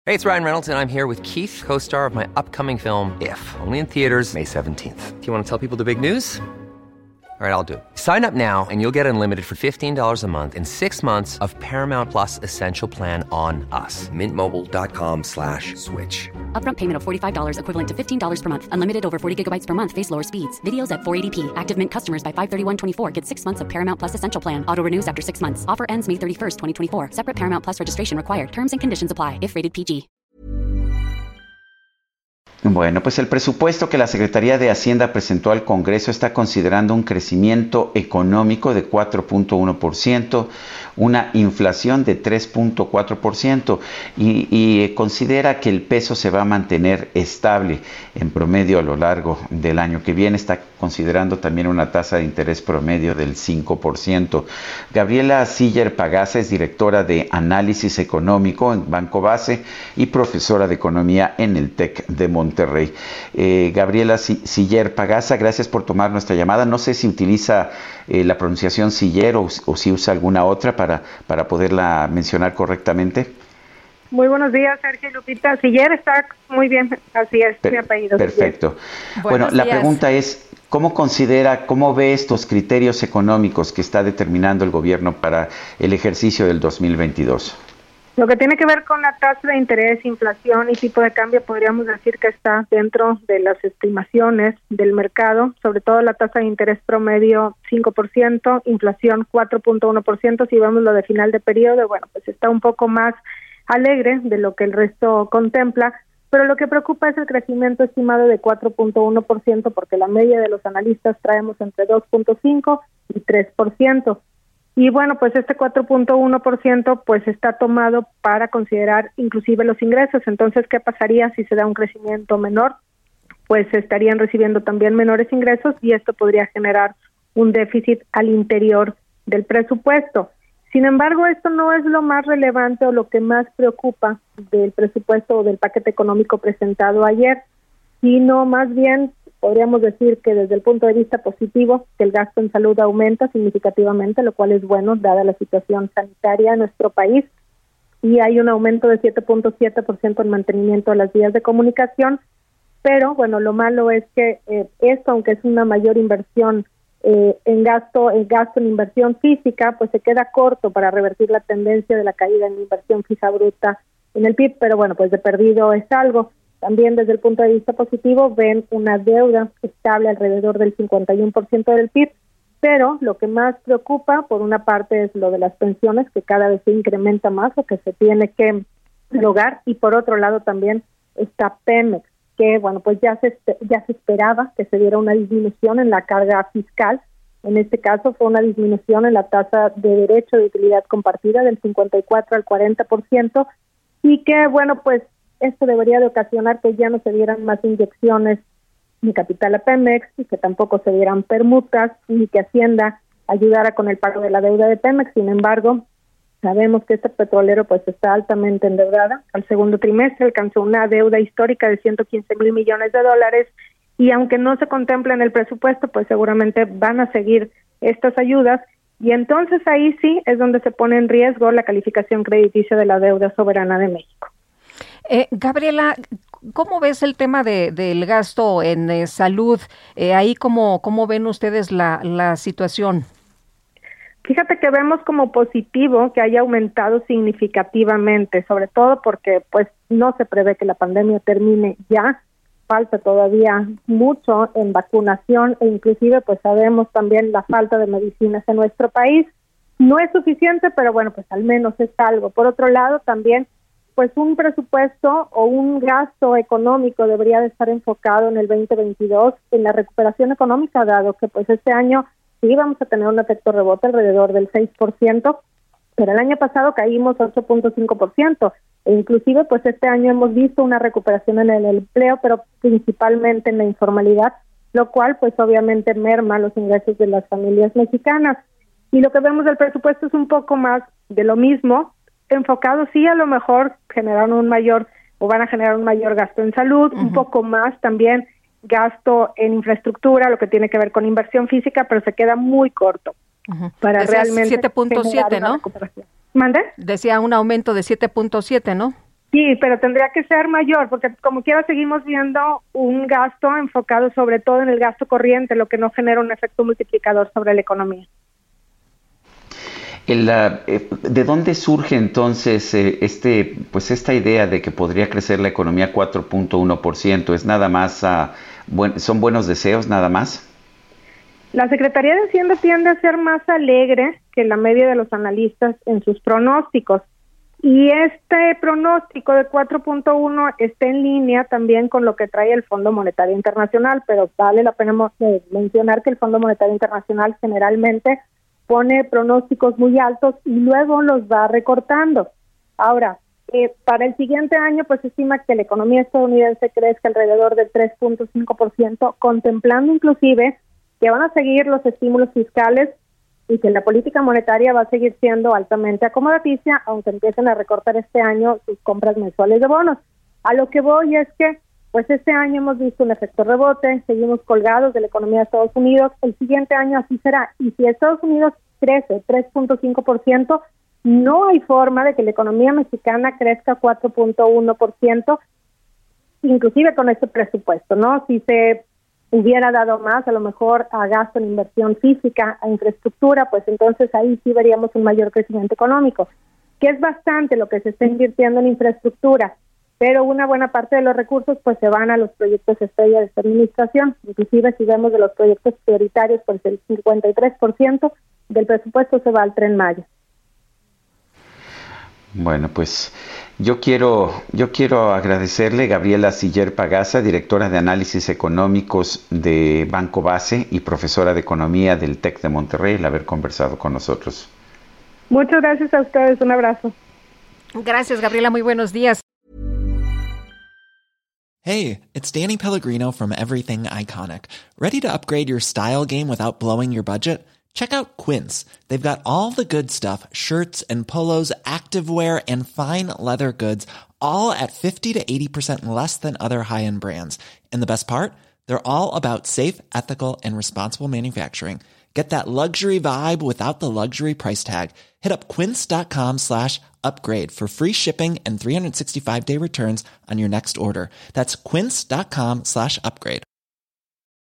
Hey, it's Ryan Reynolds, and I'm here with Keith, co-star of my upcoming film, If, only in theaters May 17th. Do you want to tell people the big news? All right, I'll do it. Sign up now and you'll get unlimited for $15 a month and 6 months of Paramount Plus Essential Plan on us. MintMobile.com/switch. Upfront payment of $45 equivalent to $15 per month. Unlimited over 40 gigabytes per month. Face lower speeds. Videos at 480p. Active Mint customers by 531.24 get 6 months of Paramount Plus Essential Plan. Auto renews after 6 months. Offer ends May 31st, 2024. Separate Paramount Plus registration required. Terms and conditions apply if rated PG. Bueno, pues el presupuesto que la Secretaría de Hacienda presentó al Congreso está considerando un crecimiento económico de 4.1%, una inflación de 3.4% y considera que el peso se va a mantener estable en promedio a lo largo del año que viene. Está considerando también una tasa de interés promedio del 5%. Gabriela Siller Pagasa es directora de Análisis Económico en Banco Base y profesora de Economía en el TEC de Monterrey. Gabriela Siller Pagasa, gracias por tomar nuestra llamada. No sé si utiliza la pronunciación Siller o si usa alguna otra para poderla mencionar correctamente. Muy buenos días, Sergio y Lupita. Siller está muy bien, así es, mi apellido. Perfecto. Bueno, la pregunta es, ¿cómo ve estos criterios económicos que está determinando el gobierno para el ejercicio del 2022? Lo que tiene que ver con la tasa de interés, inflación y tipo de cambio, podríamos decir que está dentro de las estimaciones del mercado, sobre todo la tasa de interés promedio 5%, inflación 4.1%, si vemos lo de final de periodo, bueno, pues está un poco más alegre de lo que el resto contempla, pero lo que preocupa es el crecimiento estimado de 4.1%, porque la media de los analistas traemos entre 2.5 y 3%. Y bueno, pues este 4.1% pues está tomado para considerar inclusive los ingresos. Entonces, ¿qué pasaría si se da un crecimiento menor? Pues estarían recibiendo también menores ingresos y esto podría generar un déficit al interior del presupuesto. Sin embargo, esto no es lo más relevante o lo que más preocupa del presupuesto o del paquete económico presentado ayer, sino más bien podríamos decir que desde el punto de vista positivo, que el gasto en salud aumenta significativamente, lo cual es bueno dada la situación sanitaria en nuestro país, y hay un aumento de 7.7% en mantenimiento de las vías de comunicación, pero bueno, lo malo es que esto, aunque es una mayor inversión en gasto en inversión física, pues se queda corto para revertir la tendencia de la caída en la inversión fija bruta en el PIB, pero bueno, pues de perdido es algo. También desde el punto de vista positivo ven una deuda estable alrededor del 51% del PIB, pero lo que más preocupa por una parte es lo de las pensiones, que cada vez se incrementa más o que se tiene que lograr, y por otro lado también está Pemex, que bueno, pues ya se esperaba que se diera una disminución en la carga fiscal. En este caso fue una disminución en la tasa de derecho de utilidad compartida del 54 al 40%, y que bueno, pues esto debería de ocasionar que ya no se dieran más inyecciones de capital a Pemex y que tampoco se dieran permutas ni que Hacienda ayudara con el pago de la deuda de Pemex. Sin embargo, sabemos que este petrolero pues está altamente endeudada. Al segundo trimestre alcanzó una deuda histórica de 115,000 millones de dólares y aunque no se contempla en el presupuesto, pues seguramente van a seguir estas ayudas y entonces ahí sí es donde se pone en riesgo la calificación crediticia de la deuda soberana de México. Gabriela, ¿cómo ves el tema del gasto en salud? Ahí, ¿cómo ven ustedes la situación? Fíjate que vemos como positivo que haya aumentado significativamente, sobre todo porque pues no se prevé que la pandemia termine ya, falta todavía mucho en vacunación e inclusive pues sabemos también la falta de medicinas en nuestro país. No es suficiente, pero bueno, pues al menos es algo. Por otro lado, también pues un presupuesto o un gasto económico debería de estar enfocado en el 2022 en la recuperación económica, dado que pues este año sí vamos a tener un efecto rebote alrededor del 6%, pero el año pasado caímos 8.5%, e inclusive pues este año hemos visto una recuperación en el empleo, pero principalmente en la informalidad, lo cual pues obviamente merma los ingresos de las familias mexicanas. Y lo que vemos del presupuesto es un poco más de lo mismo, enfocado sí a lo mejor van a generar un mayor gasto en salud, un poco más también gasto en infraestructura, lo que tiene que ver con inversión física, pero se queda muy corto para decía realmente 7.7, ¿no? ¿Mande? Decía un aumento de 7.7, ¿no? Sí, pero tendría que ser mayor, porque como quiera seguimos viendo un gasto enfocado sobre todo en el gasto corriente, lo que no genera un efecto multiplicador sobre la economía. ¿De dónde surge entonces esta idea de que podría crecer la economía 4.1%? ¿Es nada más, son buenos deseos nada más? La Secretaría de Hacienda tiende a ser más alegre que la media de los analistas en sus pronósticos. Y este pronóstico de 4.1 está en línea también con lo que trae el Fondo Monetario Internacional, pero vale la pena mencionar que el Fondo Monetario Internacional generalmente pone pronósticos muy altos y luego los va recortando. Ahora, para el siguiente año, pues se estima que la economía estadounidense crezca alrededor del 3.5%, contemplando inclusive que van a seguir los estímulos fiscales y que la política monetaria va a seguir siendo altamente acomodaticia, aunque empiecen a recortar este año sus compras mensuales de bonos. A lo que voy es que, pues este año hemos visto un efecto rebote, seguimos colgados de la economía de Estados Unidos, el siguiente año así será, y si Estados Unidos crece 3.5%, no hay forma de que la economía mexicana crezca 4.1%, inclusive con este presupuesto, ¿no? Si se hubiera dado más, a lo mejor a gasto en inversión física, a infraestructura, pues entonces ahí sí veríamos un mayor crecimiento económico, que es bastante lo que se está invirtiendo en infraestructura, pero una buena parte de los recursos pues se van a los proyectos estrella de esta administración, inclusive si vemos de los proyectos prioritarios, pues el 53% del presupuesto se va al Tren Maya. Bueno, pues yo quiero agradecerle a Gabriela Siller Pagasa, directora de Análisis Económicos de Banco Base y profesora de Economía del TEC de Monterrey, el haber conversado con nosotros. Muchas gracias a ustedes, un abrazo. Gracias, Gabriela, muy buenos días. Hey, it's Danny Pellegrino from Everything Iconic. ¿Ready to upgrade your style game without blowing your budget? Check out Quince. They've got all the good stuff, shirts and polos, activewear, and fine leather goods, all at 50 to 80% less than other high-end brands. And the best part? They're all about safe, ethical, and responsible manufacturing. Get that luxury vibe without the luxury price tag. Hit up quince.com/upgrade for free shipping and 365-day returns on your next order. That's quince.com/upgrade.